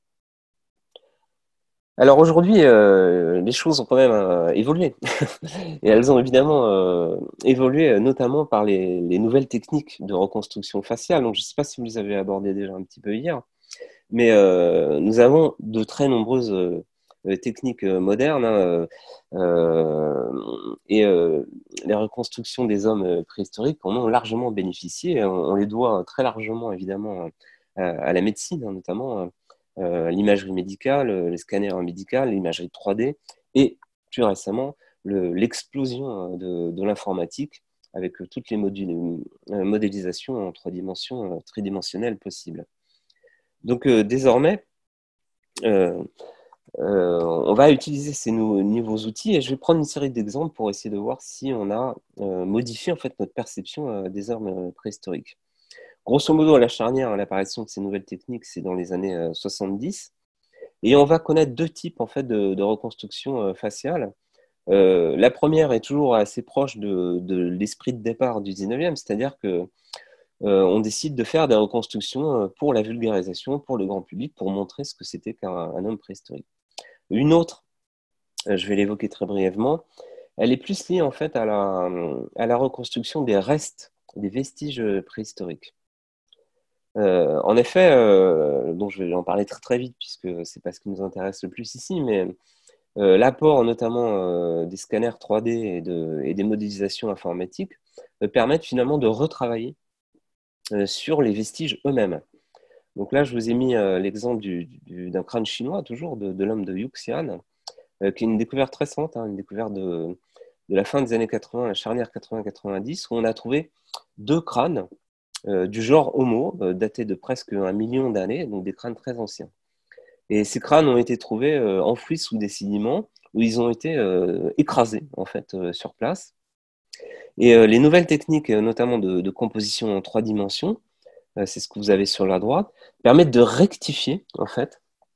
Alors aujourd'hui, les choses ont quand même évolué. Et elles ont évidemment évolué notamment par les nouvelles techniques de reconstruction faciale. Donc je ne sais pas si vous les avez abordées déjà un petit peu hier, mais nous avons de très nombreuses techniques modernes, hein, et les reconstructions des hommes préhistoriques en ont largement bénéficié. On les doit très largement évidemment à la médecine, hein, notamment l'imagerie médicale, les scanners médicaux, l'imagerie 3D et plus récemment l'explosion de l'informatique avec toutes les modélisations en 3 dimensions tridimensionnelles possibles. Donc désormais, on va utiliser ces nouveaux outils et je vais prendre une série d'exemples pour essayer de voir si on a modifié en fait notre perception des hommes préhistoriques. Grosso modo, à la charnière, l'apparition de ces nouvelles techniques, c'est dans les années 70. Et on va connaître 2 types en fait, de reconstruction faciale. La première est toujours assez proche de l'esprit de départ du 19e, c'est-à-dire que on décide de faire des reconstructions pour la vulgarisation, pour le grand public, pour montrer ce que c'était qu'un homme préhistorique. Une autre, je vais l'évoquer très brièvement, elle est plus liée en fait à la reconstruction des restes, des vestiges préhistoriques. En effet, donc je vais en parler très très vite puisque c'est pas ce qui nous intéresse le plus ici, mais l'apport notamment des scanners 3D et des modélisations informatiques permettent finalement de retravailler sur les vestiges eux-mêmes. Donc là, je vous ai mis l'exemple d'un crâne chinois, toujours, de l'homme de Yuxian, qui est une découverte récente, hein, une découverte de la fin des années 80, la charnière 80-90, où on a trouvé 2 crânes du genre Homo, datés de presque 1 million d'années, donc des crânes très anciens. Et ces crânes ont été trouvés enfouis sous des sédiments, où ils ont été écrasés, en fait, sur place. Et les nouvelles techniques, notamment de composition en 3 dimensions, c'est ce que vous avez sur la droite, permettent de rectifier, en fait,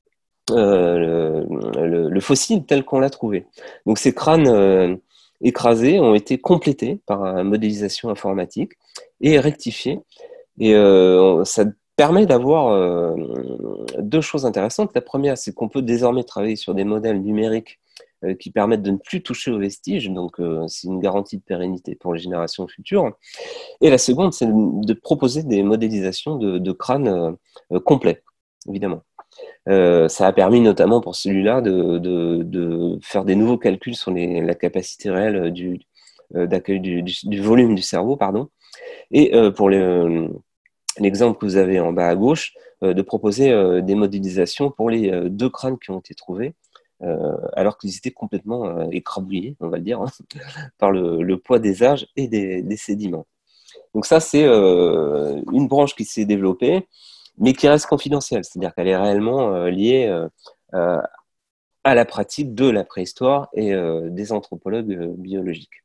le fossile tel qu'on l'a trouvé. Donc ces crânes écrasés ont été complétés par une modélisation informatique et rectifiés. Et ça permet d'avoir deux choses intéressantes. La première, c'est qu'on peut désormais travailler sur des modèles numériques qui permettent de ne plus toucher aux vestiges. Donc, c'est une garantie de pérennité pour les générations futures. Et la seconde, c'est de proposer des modélisations de crânes complets, évidemment. Ça a permis notamment pour celui-là de faire des nouveaux calculs sur la capacité réelle d'accueil du volume du cerveau, pardon. Et pour l'exemple que vous avez en bas à gauche, de proposer des modélisations pour les deux crânes qui ont été trouvés, alors qu'ils étaient complètement écrabouillés, on va le dire, hein, par le poids des âges et des sédiments. Donc ça, c'est une branche qui s'est développée, mais qui reste confidentielle, c'est-à-dire qu'elle est réellement liée à la pratique de la préhistoire et des anthropologues biologiques.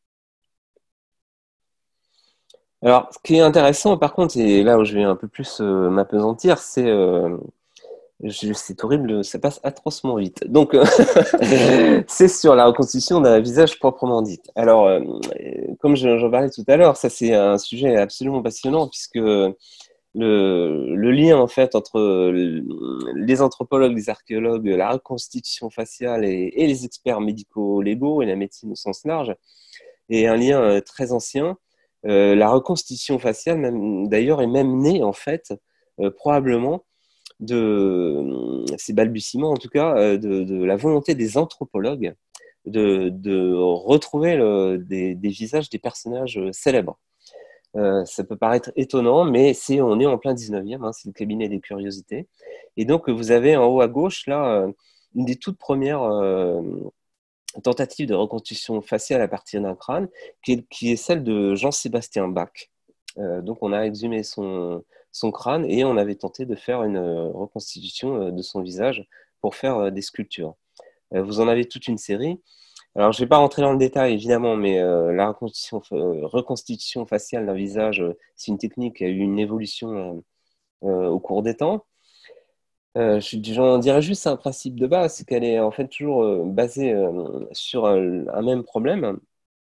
Alors, ce qui est intéressant, par contre, et là où je vais un peu plus m'appesantir, c'est horrible, ça passe atrocement vite. Donc, c'est sur la reconstitution d'un visage proprement dit. Alors, comme j'en parlais tout à l'heure, ça c'est un sujet absolument passionnant puisque le lien en fait entre les anthropologues, les archéologues, la reconstitution faciale et les experts médico-légaux et la médecine au sens large est un lien très ancien. La reconstitution faciale, d'ailleurs, est même née en fait probablement de ces balbutiements, en tout cas, de la volonté des anthropologues de retrouver des visages des personnages célèbres. Ça peut paraître étonnant, mais on est en plein 19e, hein, c'est le cabinet des curiosités. Et donc, vous avez en haut à gauche, là, une des toutes premières tentatives de reconstitution faciale à partir d'un crâne, qui est celle de Jean-Sébastien Bach. Donc, on a exhumé son crâne et on avait tenté de faire une reconstitution de son visage pour faire des sculptures. Vous en avez toute une série. Alors, je ne vais pas rentrer dans le détail, évidemment, mais la reconstitution faciale d'un visage, c'est une technique qui a eu une évolution au cours des temps. J'en dirais juste un principe de base, c'est qu'elle est en fait toujours basée sur un même problème,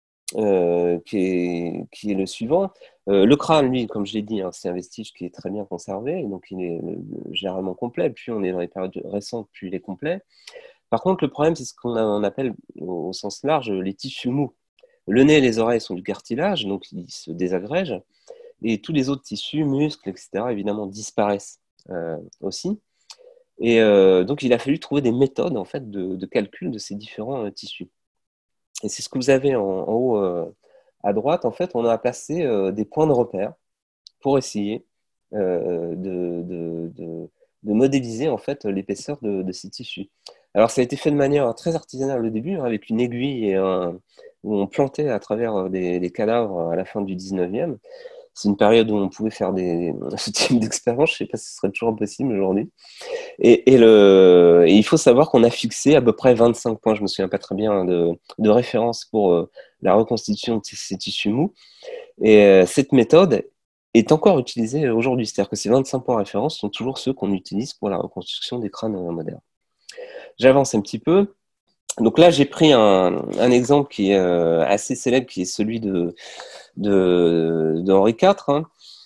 qui est le suivant. Le crâne, lui, comme je l'ai dit, hein, c'est un vestige qui est très bien conservé, donc il est généralement complet. Plus on est dans les périodes récentes, plus il est complet. Par contre, le problème, c'est ce qu'on appelle au sens large les tissus mous. Le nez et les oreilles sont du cartilage, donc ils se désagrègent, et tous les autres tissus, muscles, etc., évidemment, disparaissent aussi. Et donc, il a fallu trouver des méthodes en fait, de calcul de ces différents tissus. Et c'est ce que vous avez en haut à droite. En fait, on a placé des points de repère pour essayer de modéliser en fait l'épaisseur de ces tissus. Alors, ça a été fait de manière très artisanale au début, hein, avec une aiguille où on plantait à travers des cadavres à la fin du 19e. C'est une période où on pouvait faire ce type d'expérience. Je ne sais pas si ce serait toujours possible aujourd'hui. Et il faut savoir qu'on a fixé à peu près 25 points, je ne me souviens pas très bien, de référence pour la reconstitution de ces tissus mous. Et cette méthode est encore utilisée aujourd'hui. C'est-à-dire que ces 25 points de référence sont toujours ceux qu'on utilise pour la reconstitution des crânes modernes. J'avance un petit peu. Donc là, j'ai pris un exemple qui est assez célèbre, qui est celui d'Henri IV, hein.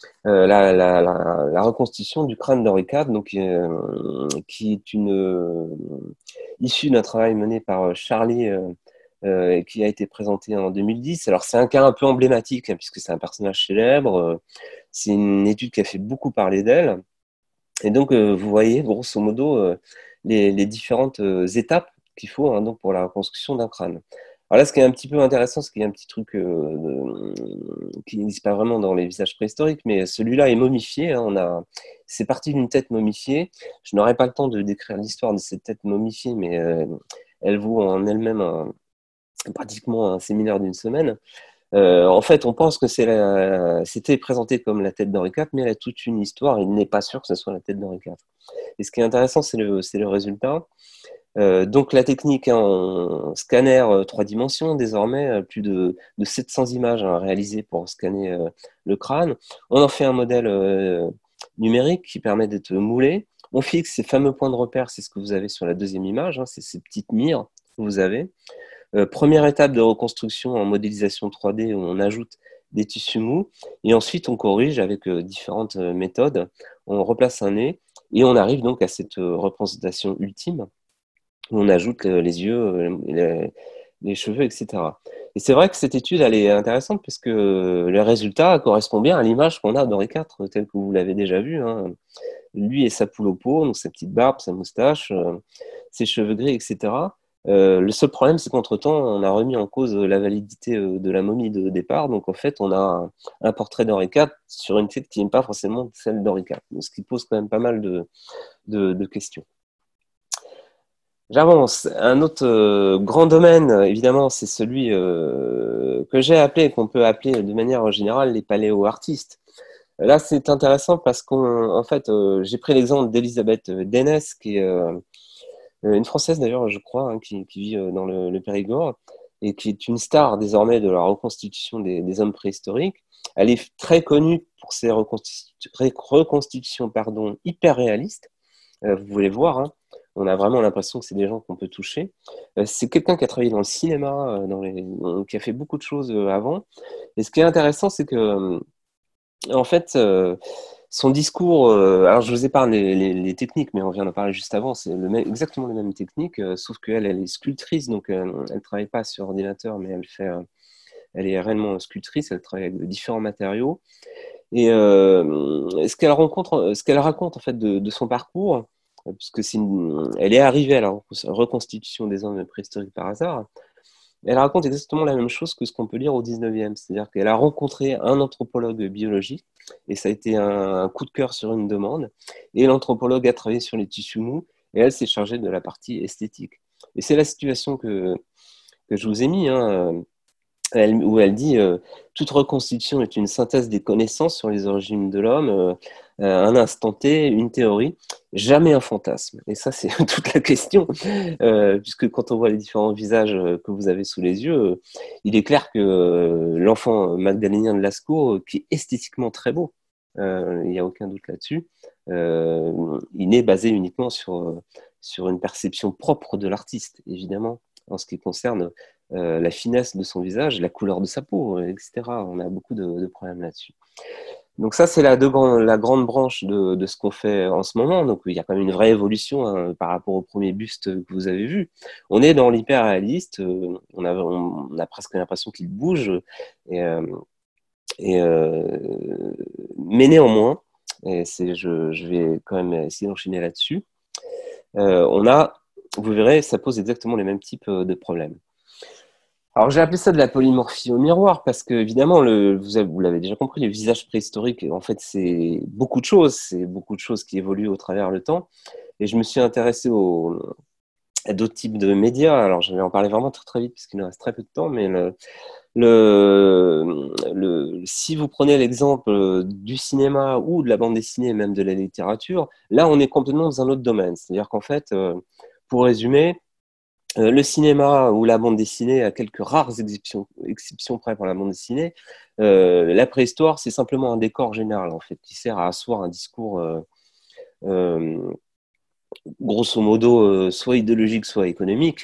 La reconstitution du crâne d'Henri IV, donc, qui est issue d'un travail mené par Charlie, qui a été présenté en 2010. Alors, c'est un cas un peu emblématique, hein, puisque c'est un personnage célèbre. C'est une étude qui a fait beaucoup parler d'elle. Et donc, vous voyez, grosso modo, les différentes étapes qu'il faut, hein, donc pour la reconstruction d'un crâne. Alors là, ce qui est un petit peu intéressant, c'est qu'il y a un petit truc qui n'existe pas vraiment dans les visages préhistoriques, mais celui-là est momifié. Hein, c'est parti d'une tête momifiée. Je n'aurai pas le temps de décrire l'histoire de cette tête momifiée, mais elle vaut en elle-même pratiquement un séminaire d'une semaine. En fait, on pense que c'était présenté comme la tête d'Henri IV, mais elle a toute une histoire. Il n'est pas sûr que ce soit la tête d'Henri IV. Et ce qui est intéressant, c'est le résultat. Donc la technique, hein, en scanner 3 dimensions, désormais, plus de 700 images hein, réalisées pour scanner le crâne. On en fait un modèle numérique qui permet d'être moulé. On fixe ces fameux points de repère, c'est ce que vous avez sur la deuxième image, hein, c'est ces petites mires que vous avez. Première étape de reconstruction en modélisation 3D où on ajoute des tissus mous et ensuite on corrige avec différentes méthodes. On replace un nez et on arrive donc à cette représentation ultime où on ajoute les yeux, les cheveux, etc. Et c'est vrai que cette étude, elle est intéressante parce que le résultat correspond bien à l'image qu'on a d'Henri IV, tel que vous l'avez déjà vu, hein. Lui et sa poule au pot, donc sa petite barbe, sa moustache, ses cheveux gris, etc. Le seul problème, c'est qu'entre-temps, on a remis en cause la validité de la momie de départ. Donc, en fait, on a un portrait d'Henri IV sur une tête qui n'est pas forcément celle d'Henri IV, ce qui pose quand même pas mal de questions. J'avance. Un autre grand domaine, évidemment, c'est celui que j'ai appelé, qu'on peut appeler de manière générale les paléo-artistes. Là, c'est intéressant parce qu'en fait, j'ai pris l'exemple d'Elisabeth Dénès, qui est une Française d'ailleurs, je crois, hein, qui vit dans le Périgord et qui est une star désormais de la reconstitution des hommes préhistoriques. Elle est très connue pour ses reconstitutions hyper réalistes. Vous voulez voir, hein, on a vraiment l'impression que c'est des gens qu'on peut toucher. C'est quelqu'un qui a travaillé dans le cinéma, qui a fait beaucoup de choses avant. Et ce qui est intéressant, c'est que, en fait, son discours, alors je vous épargne les techniques, mais on vient d'en parler juste avant, c'est exactement les mêmes techniques, sauf qu'elle, elle est sculptrice, donc elle ne travaille pas sur ordinateur, mais elle est réellement sculptrice, elle travaille avec différents matériaux. Et ce qu'elle raconte en fait de son parcours, puisque elle est arrivée à la reconstitution des hommes préhistoriques par hasard, elle raconte exactement la même chose que ce qu'on peut lire au 19e. C'est-à-dire qu'elle a rencontré un anthropologue biologique, et ça a été un coup de cœur sur une demande, et l'anthropologue a travaillé sur les tissus mous, et elle s'est chargée de la partie esthétique. Et c'est la situation que je vous ai mis, hein, où elle dit toute reconstitution est une synthèse des connaissances sur les origines de l'homme, un instant T, une théorie, jamais un fantasme. Et ça, c'est toute la question, puisque quand on voit les différents visages que vous avez sous les yeux, il est clair que l'enfant magdalénien de Lascaux, qui est esthétiquement très beau, il n'y a aucun doute là-dessus, il n'est basé uniquement sur une perception propre de l'artiste, évidemment, en ce qui concerne la finesse de son visage, la couleur de sa peau, etc. On a beaucoup de problèmes là-dessus. Donc ça, c'est la grande branche de ce qu'on fait en ce moment. Donc il y a quand même une vraie évolution, hein, par rapport au premier buste que vous avez vu. On est dans l'hyper-réaliste, on a presque l'impression qu'il bouge, et, mais néanmoins, je vais quand même essayer d'enchaîner là-dessus, vous verrez, ça pose exactement les mêmes types de problèmes. Alors, j'ai appelé ça de la polymorphie au miroir parce que, évidemment, vous l'avez déjà compris, le visage préhistorique, en fait, c'est beaucoup de choses. C'est beaucoup de choses qui évoluent au travers le temps. Et je me suis intéressé à d'autres types de médias. Alors, je vais en parler vraiment très, très vite parce qu'il nous reste très peu de temps. Mais si vous prenez l'exemple du cinéma ou de la bande dessinée, même de la littérature, là, on est complètement dans un autre domaine. C'est-à-dire qu'en fait, pour résumer, le cinéma ou la bande dessinée, à quelques rares exceptions près pour la bande dessinée, la préhistoire, c'est simplement un décor général, en fait, qui sert à asseoir un discours, grosso modo, soit idéologique, soit économique,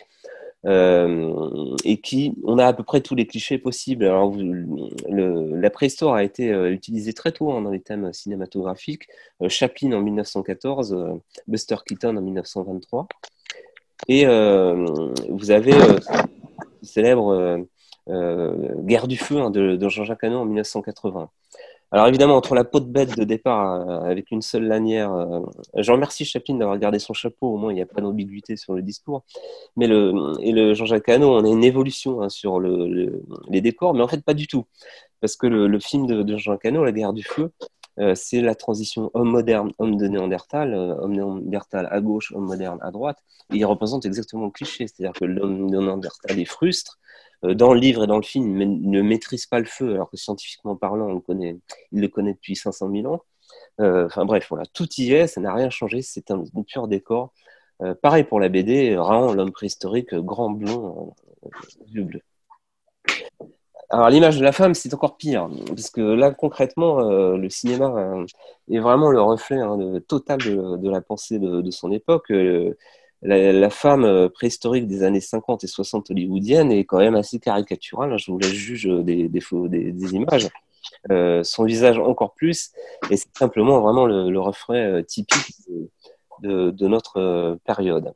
et on a à peu près tous les clichés possibles. Alors, la préhistoire a été utilisée très tôt, hein, dans les thèmes cinématographiques. Chaplin en 1914, Buster Keaton en 1923. Et vous avez le célèbre Guerre du feu, hein, de Jean-Jacques Hano en 1980. Alors évidemment, entre la peau de bête de départ avec une seule lanière, je remercie Chaplin d'avoir gardé son chapeau, au moins il n'y a pas d'ambiguïté sur le discours, mais le Jean-Jacques Hano, on a une évolution, hein, sur les décors, mais en fait pas du tout, parce que le film de Jean-Jacques Hano, La Guerre du feu, c'est la transition homme moderne, homme de Néandertal, homme Néandertal à gauche, homme moderne à droite, et il représente exactement le cliché, c'est-à-dire que l'homme de Néandertal est frustre, dans le livre et dans le film, il ne maîtrise pas le feu, alors que scientifiquement parlant, il le connaît depuis 500 000 ans. Enfin bref, voilà, tout y est, ça n'a rien changé, c'est un pur décor. Pareil pour la BD, Raon, l'homme préhistorique, grand blond, yeux bleus. Alors, l'image de la femme, c'est encore pire, parce que là, concrètement, le cinéma est vraiment le reflet total de la pensée de son époque. La femme préhistorique des années 50 et 60 hollywoodienne est quand même assez caricaturale, hein. Je vous laisse juger des images. Son visage encore plus, et c'est simplement vraiment le reflet typique de notre période.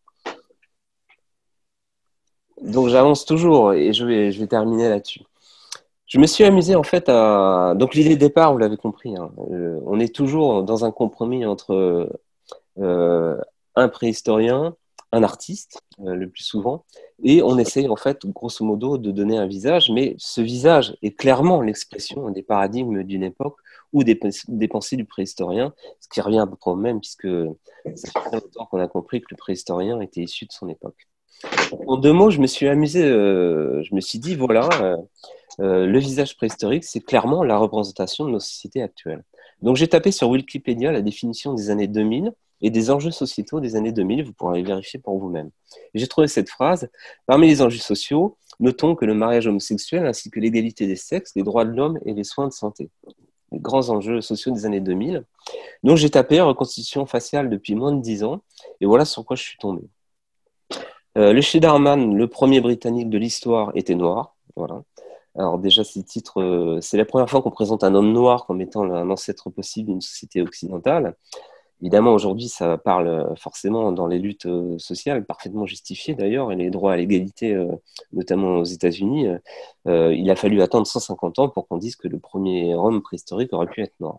Donc j'avance toujours et je vais terminer là-dessus. Je me suis amusé en fait à... Donc l'idée de départ, vous l'avez compris, hein, on est toujours dans un compromis entre euh, un préhistorien, un artiste, le plus souvent, et on essaye en fait, grosso modo, de donner un visage, mais ce visage est clairement l'expression des paradigmes d'une époque ou des pensées du préhistorien, ce qui revient à peu près au même, puisque ça fait longtemps qu'on a compris que le préhistorien était issu de son époque. En deux mots, je me suis amusé, je me suis dit, voilà, le visage préhistorique, c'est clairement la représentation de nos sociétés actuelles. Donc j'ai tapé sur Wikipédia la définition des années 2000 et des enjeux sociétaux des années 2000, vous pourrez vérifier pour vous-même. J'ai trouvé cette phrase, parmi les enjeux sociaux, notons que le mariage homosexuel ainsi que l'égalité des sexes, les droits de l'homme et les soins de santé. Les grands enjeux sociaux des années 2000. Donc j'ai tapé reconstitution faciale depuis moins de 10 ans, et voilà sur quoi je suis tombé. Le Sheddarman, le premier britannique de l'histoire, était noir. Voilà. Alors déjà, ces titres, c'est la première fois qu'on présente un homme noir comme étant un ancêtre possible d'une société occidentale. Évidemment, aujourd'hui, ça parle forcément dans les luttes sociales, parfaitement justifiées d'ailleurs, et les droits à l'égalité, notamment aux États-Unis. Il a fallu attendre 150 ans pour qu'on dise que le premier homme préhistorique aurait pu être noir.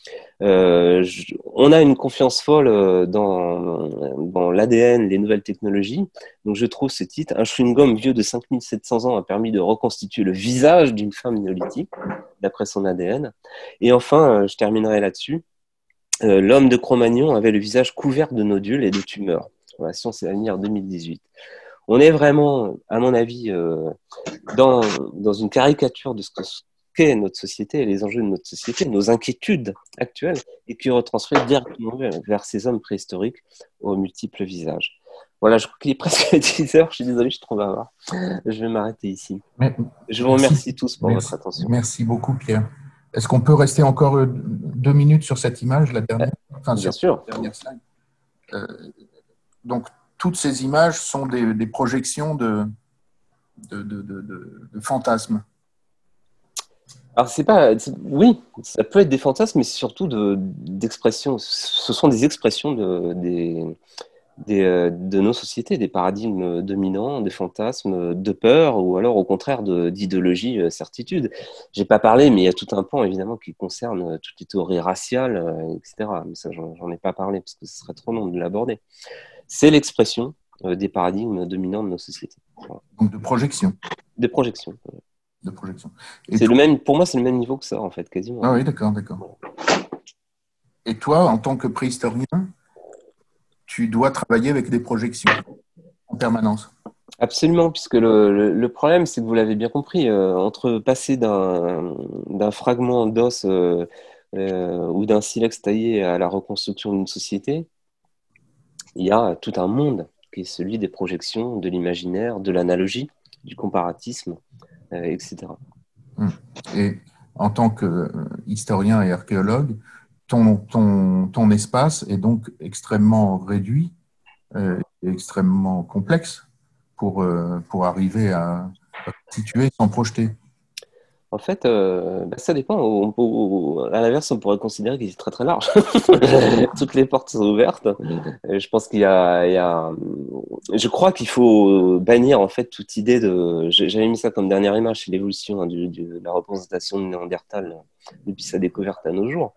On a une confiance folle dans l'ADN, les nouvelles technologies. Donc je trouve ce titre, un chewing-gum vieux de 5700 ans a permis de reconstituer le visage d'une femme néolithique, d'après son ADN. Et enfin, je terminerai là-dessus, l'homme de Cro-Magnon avait le visage couvert de nodules et de tumeurs. Voilà, Science et Avenir 2018. On est vraiment, à mon avis, dans une caricature de ce qu'est notre société et les enjeux de notre société, nos inquiétudes actuelles, et qui retranscrivent directement vers ces hommes préhistoriques aux multiples visages. Voilà, je crois qu'il est presque 10 heures, je suis désolé, je suis trop bavard. Je vais m'arrêter ici. Je vous remercie tous pour votre attention. Merci beaucoup, Pierre. Est-ce qu'on peut rester encore 2 minutes sur cette image, la dernière, bien sûr. La dernière slide. Donc, toutes ces images sont des projections de fantasmes. Alors, oui, ça peut être des fantasmes, mais c'est surtout d'expressions. Ce sont des expressions de nos sociétés, des paradigmes dominants, des fantasmes de peur ou alors au contraire d'idéologie, certitude. J'ai pas parlé, mais il y a tout un pan évidemment qui concerne toutes les théories raciales, etc. Mais ça, j'en ai pas parlé parce que ce serait trop long de l'aborder. C'est l'expression des paradigmes dominants de nos sociétés. Voilà. Donc de projection. De projection. De projection. Pour moi, c'est le même niveau que ça, en fait, quasiment. Ah oui, d'accord. Et toi, en tant que préhistorien, tu dois travailler avec des projections en permanence. Absolument, puisque le problème, c'est que vous l'avez bien compris, entre passer d'un fragment d'os ou d'un silex taillé à la reconstruction d'une société, il y a tout un monde qui est celui des projections, de l'imaginaire, de l'analogie, du comparatisme, etc. Et en tant qu'historien et archéologue, ton espace est donc extrêmement réduit et extrêmement complexe pour arriver à situer sans projeter. En fait, ça dépend. À l'inverse, on pourrait considérer qu'il est très très large. Toutes les portes sont ouvertes. Je pense je crois qu'il faut bannir en fait toute idée de. J'avais mis ça comme dernière image chez l'évolution de la représentation de Néandertal depuis sa découverte à nos jours.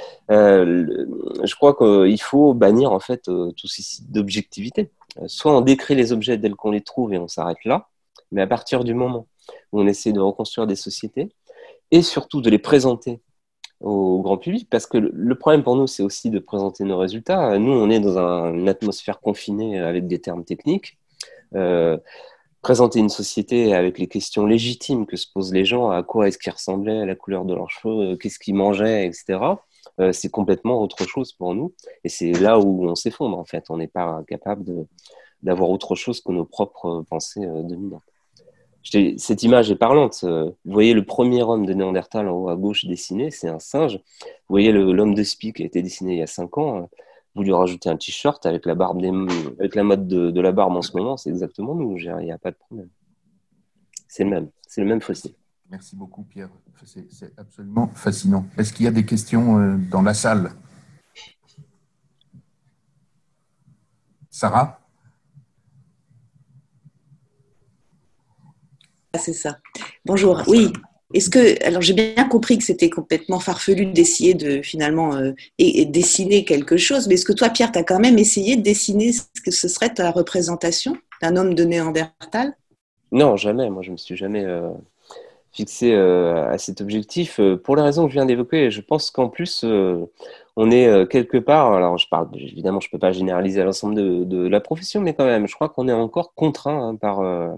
Je crois qu'il faut bannir en fait tout ceci d'objectivité. Soit on décrit les objets tels qu'on les trouve et on s'arrête là, mais à partir du moment où on essaie de reconstruire des sociétés et surtout de les présenter au grand public, parce que le problème pour nous, c'est aussi de présenter nos résultats. Nous, on est dans une atmosphère confinée avec des termes techniques. Présenter une société avec les questions légitimes que se posent les gens, à quoi est-ce qu'ils ressemblaient, à la couleur de leurs cheveux, qu'est-ce qu'ils mangeaient, etc. C'est complètement autre chose pour nous. Et c'est là où on s'effondre, en fait. On n'est pas capable d'avoir autre chose que nos propres pensées dominantes. Cette image est parlante. Vous voyez le premier homme de Néandertal en haut à gauche dessiné, c'est un singe. Vous voyez l'homme de Spie qui a été dessiné il y a 5 ans. Vous lui rajoutez un t-shirt avec la barbe avec la mode de la barbe en ce moment, c'est exactement nous. Il n'y a pas de problème. C'est le même fossile. Merci beaucoup, Pierre. C'est absolument fascinant. Est-ce qu'il y a des questions dans la salle? Sarah? Ah, c'est ça. Bonjour. Oui. Alors j'ai bien compris que c'était complètement farfelu d'essayer de finalement dessiner quelque chose, mais est-ce que toi, Pierre, tu as quand même essayé de dessiner ce que ce serait ta représentation d'un homme de Néandertal? Non, jamais. Moi, je me suis jamais fixé à cet objectif pour les raisons que je viens d'évoquer. Je pense qu'en plus, on est quelque part. Alors, évidemment, je peux pas généraliser à l'ensemble de la profession, mais quand même, je crois qu'on est encore contraint par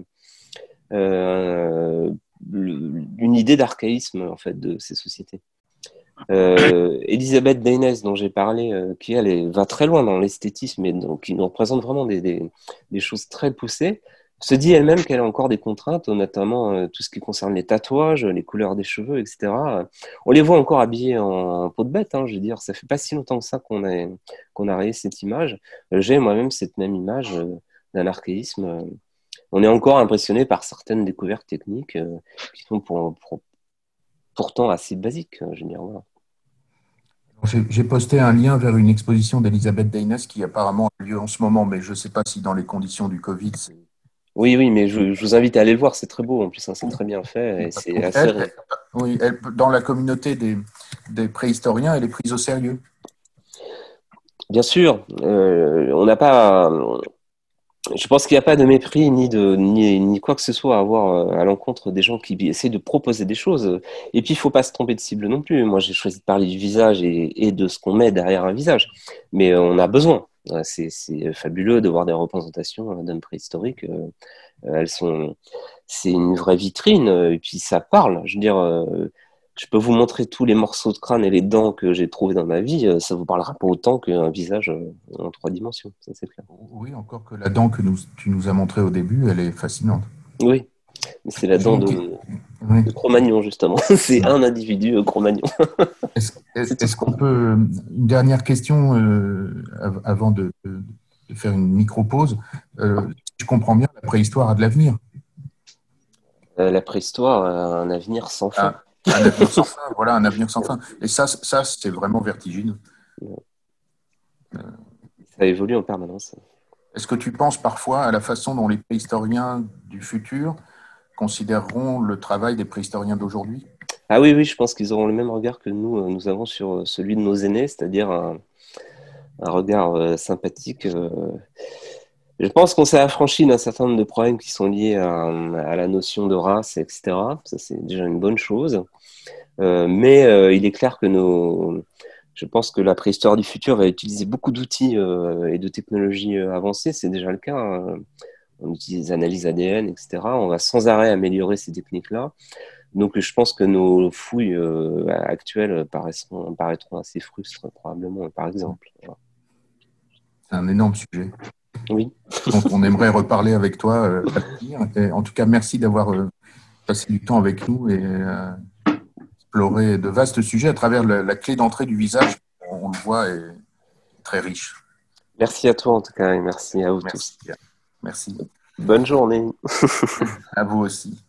une idée d'archaïsme en fait de ces sociétés. Elisabeth Deinès, dont j'ai parlé, qui elle va très loin dans l'esthétisme et donc qui nous représente vraiment des choses très poussées, se dit elle-même qu'elle a encore des contraintes, notamment tout ce qui concerne les tatouages, les couleurs des cheveux, etc. On les voit encore habillés en peau de bête, hein, je veux dire, ça fait pas si longtemps que ça qu'on a rayé cette image. J'ai moi-même cette même image d'un archaïsme. On est encore impressionné par certaines découvertes techniques qui sont pourtant assez basiques, je veux dire. Voilà. J'ai posté un lien vers une exposition d'Elisabeth Deinès qui apparemment a lieu en ce moment, mais je ne sais pas si dans les conditions du Covid, c'est... Oui, mais je vous invite à aller le voir, c'est très beau en plus, hein, c'est très bien fait. Et c'est assez... dans la communauté des préhistoriens, elle est prise au sérieux. Bien sûr, on n'a pas... Je pense qu'il n'y a pas de mépris ni quoi que ce soit à avoir à l'encontre des gens qui essaient de proposer des choses. Et puis, il ne faut pas se tromper de cible non plus. Moi, j'ai choisi de parler du visage et de ce qu'on met derrière un visage. Mais on a besoin. C'est fabuleux de voir des représentations d'hommes préhistoriques. C'est une vraie vitrine. Et puis, ça parle. Je veux dire, je peux vous montrer tous les morceaux de crâne et les dents que j'ai trouvés dans ma vie. Ça ne vous parlera pas autant qu'un visage en 3 dimensions. Ça, c'est clair. Oui, encore que la dent que tu nous as montrée au début, elle est fascinante. Oui, mais c'est la dent de Cro-Magnon, justement. C'est un individu Cro-Magnon. Est-ce qu'on peut... Une dernière question avant de faire une micro-pause. Je comprends bien, la préhistoire a de l'avenir. La préhistoire a un avenir sans fin. Un avenir sans fin, voilà, un avenir sans fin. Et ça c'est vraiment vertigineux. Ça évolue en permanence. Est-ce que tu penses parfois à la façon dont les préhistoriens du futur considéreront le travail des préhistoriens d'aujourd'hui? Ah oui, je pense qu'ils auront le même regard que nous avons sur celui de nos aînés, c'est-à-dire un regard sympathique. Je pense qu'on s'est affranchi d'un certain nombre de problèmes qui sont liés à la notion de race, etc. Ça, c'est déjà une bonne chose. Mais il est clair que je pense que la préhistoire du futur va utiliser beaucoup d'outils et de technologies avancées. C'est déjà le cas. On utilise des analyses ADN, etc. On va sans arrêt améliorer ces techniques-là. Donc, je pense que nos fouilles actuelles paraîtront assez frustres, probablement, par exemple. Voilà. C'est un énorme sujet. Oui. Donc, on aimerait reparler avec toi à l'avenir. En tout cas, merci d'avoir passé du temps avec nous et explorer de vastes sujets à travers la clé d'entrée du visage. On le voit, est très riche. Merci à toi, en tout cas, et merci à vous tous. Merci. Bonne journée. À vous aussi.